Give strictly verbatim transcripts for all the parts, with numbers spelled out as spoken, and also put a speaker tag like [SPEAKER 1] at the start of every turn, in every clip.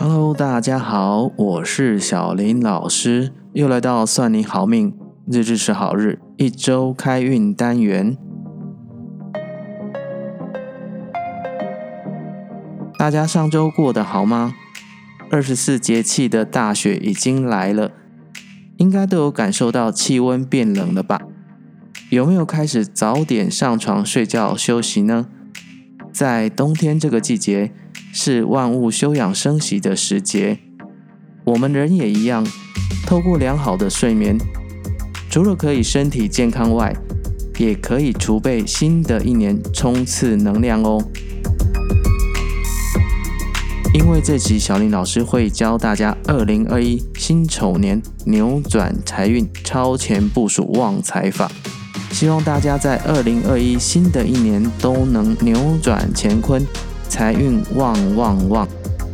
[SPEAKER 1] Hello， 大家好，我是小林老师，又来到算你好命，日日是好日，一周开运单元。大家上周过得好吗？二十四节气的大雪已经来了，应该都有感受到气温变冷了吧？有没有开始早点上床睡觉休息呢？在冬天这个季节，是万物休养生息的时节，我们人也一样，透过良好的睡眠，除了可以身体健康外，也可以储备新的一年冲刺能量哦。因为这集小林老师会教大家二零二一辛丑年扭转财运超前部署旺财法，希望大家在二零二一新的一年都能扭转乾坤，财运旺旺旺。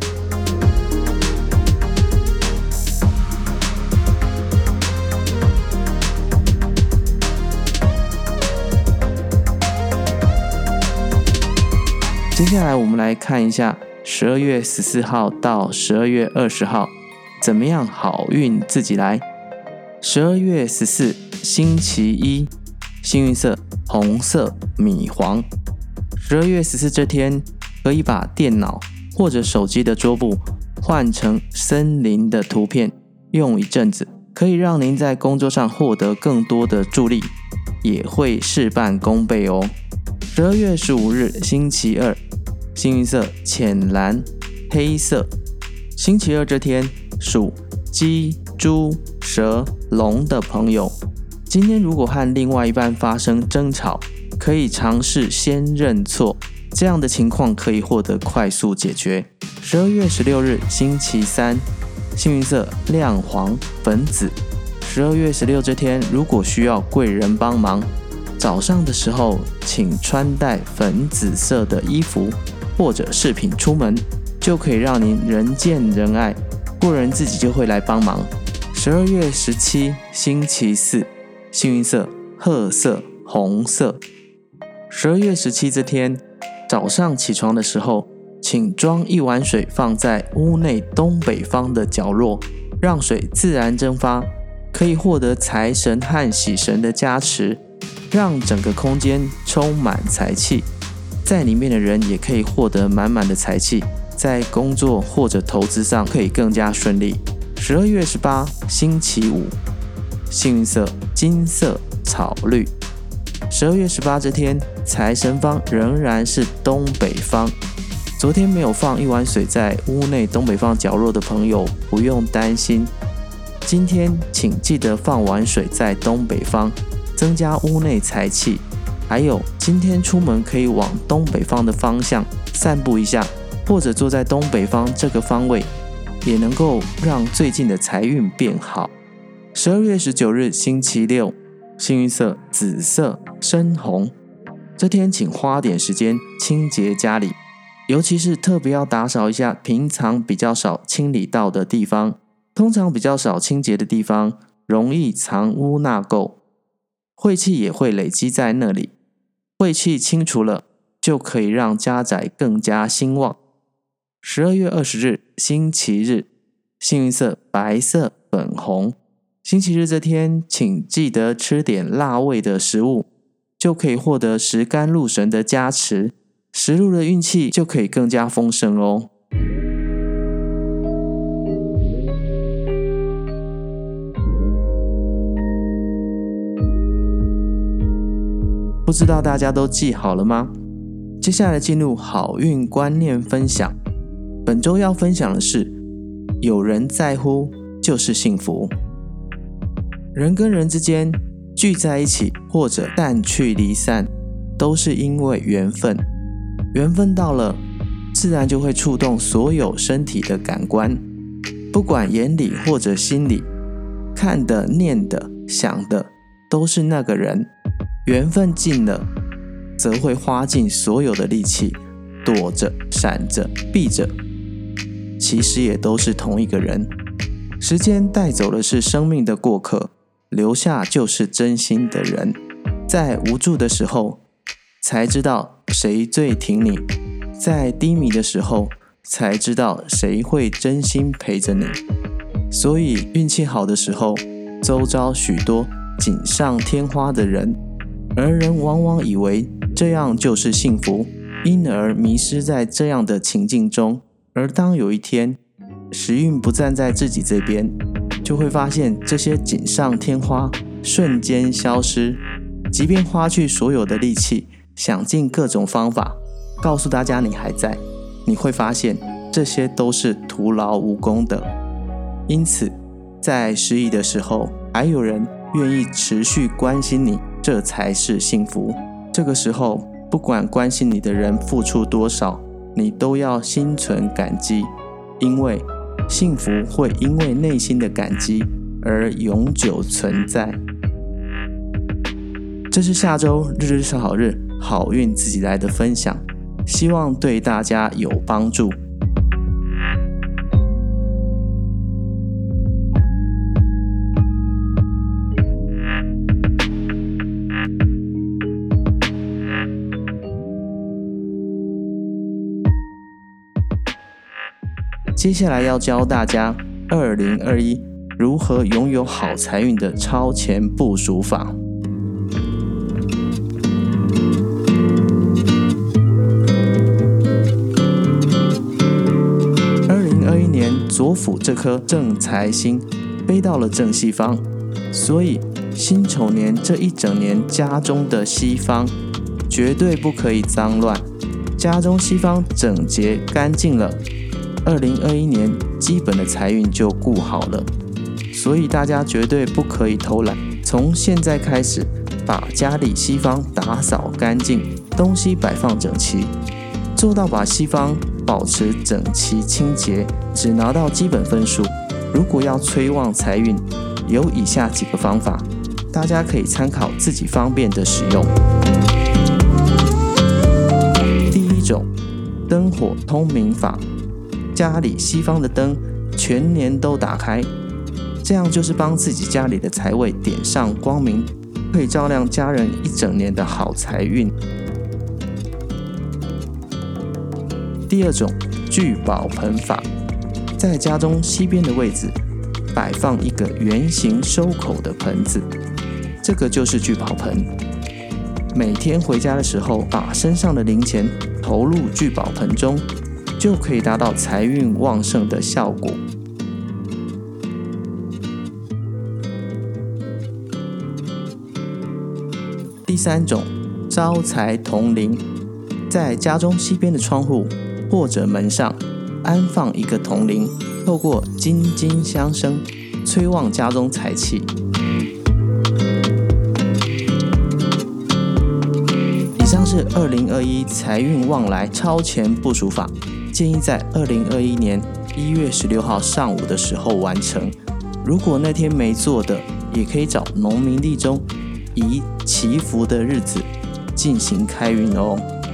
[SPEAKER 1] 接下来我们来看一下十二月十四号到十二月二十号怎么样好运自己来。十二月十四星期一，幸运色红色米黄。十二月十四这天可以把电脑或者手机的桌布换成森林的图片，用一阵子可以让您在工作上获得更多的助力，也会事半功倍哦。十二月十五日星期二，幸运色浅蓝黑色。星期二这天属鸡猪蛇龙的朋友，今天如果和另外一半发生争吵，可以尝试先认错，这样的情况可以获得快速解决。十二月十六日星期三，幸运色亮黄粉紫。十二月十六这天如果需要贵人帮忙，早上的时候请穿戴粉紫色的衣服或者饰品出门，就可以让您人见人爱，贵人自己就会来帮忙。十二月十七星期四，幸运色褐色红色。十二月十七这天早上起床的时候，请装一碗水放在屋内东北方的角落，让水自然蒸发，可以获得财神和喜神的加持，让整个空间充满财气，在里面的人也可以获得满满的财气，在工作或者投资上可以更加顺利。十二月十八星期五，幸运色金色草绿。十二月十八这天财神方仍然是东北方，昨天没有放一碗水在屋内东北方角落的朋友不用担心，今天请记得放碗水在东北方，增加屋内财气。还有今天出门可以往东北方的方向散步一下，或者坐在东北方这个方位，也能够让最近的财运变好。十二月十九日星期六，幸运色紫色深红。这天请花点时间清洁家里，尤其是特别要打扫一下平常比较少清理到的地方，通常比较少清洁的地方容易藏污纳垢，晦气也会累积在那里，晦气清除了，就可以让家宅更加兴旺。十二月二十日星期日，幸运色白色粉红。星期日这天请记得吃点辣味的食物，就可以获得食甘露神的加持，食禄的运气就可以更加丰盛哦。不知道大家都记好了吗？接下来进入好运观念分享。本周要分享的是，有人在乎就是幸福。人跟人之间聚在一起或者淡去离散，都是因为缘分。缘分到了，自然就会触动所有身体的感官，不管眼里或者心里，看的、念的、想的，都是那个人。缘分尽了，则会花尽所有的力气，躲着、闪着、避着，其实也都是同一个人。时间带走的是生命的过客，留下就是真心的人。在无助的时候，才知道谁最挺你；在低迷的时候， 才知道谁会真心陪着你。所以运气好的时候，周遭许多锦上添花的人，而人往往以为这样就是幸福，因而迷失在这样的情境中。而当有一天时运不站在自己这边，就会发现这些锦上添花瞬间消失。即便花去所有的力气，想尽各种方法告诉大家你还在，你会发现这些都是徒劳无功的。因此在失意的时候，还有人愿意持续关心你，这才是幸福。这个时候，不管关心你的人付出多少，你都要心存感激，因为幸福会因为内心的感激而永久存在。这是下周日日是好日，好运自己来的分享，希望对大家有帮助。接下来要教大家二零二一如何拥有好财运的超前部署法。二零二一年左辅这颗正财星飞到了正西方，所以辛丑年这一整年家中的西方绝对不可以脏乱，家中西方整洁干净了，二零二一年基本的财运就顾好了。所以大家绝对不可以偷懒，从现在开始把家里西方打扫干净，东西摆放整齐，做到把西方保持整齐清洁，只拿到基本分数。如果要催旺财运，有以下几个方法，大家可以参考自己方便的使用。第一种，灯火通明法，家里西方的灯全年都打开，这样就是帮自己家里的财位点上光明，可以照亮家人一整年的好财运。第二种，聚宝盆法，在家中西边的位置摆放一个圆形收口的盆子，这个就是聚宝盆。每天回家的时候，把身上的零钱投入聚宝盆中，就可以达到财运旺盛的效果。第三种，招财铜铃，在家中西边的窗户或者门上安放一个铜铃，透过金金相生，催旺家中财气。以上是二零二一财运旺来超前部署法，建议在二零二一年一月十六号上午的时候完成。如果那天没做的，也可以找农民历中宜祈福的日子进行开运哦。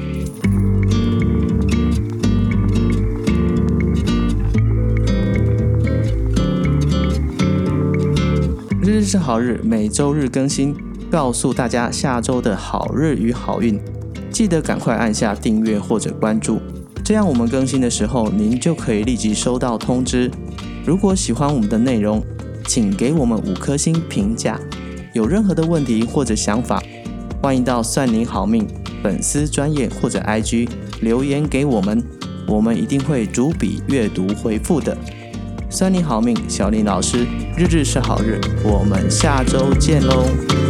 [SPEAKER 1] 日日是好日，每周日更新，告诉大家下周的好日与好运。记得赶快按下订阅或者关注，这样我们更新的时候，您就可以立即收到通知。如果喜欢我们的内容，请给我们五颗星评价。有任何的问题或者想法，欢迎到算您好命粉丝专页或者 I G 留言给我们，我们一定会逐笔阅读回复的。算你好命，小林老师，日日是好日，我们下周见喽。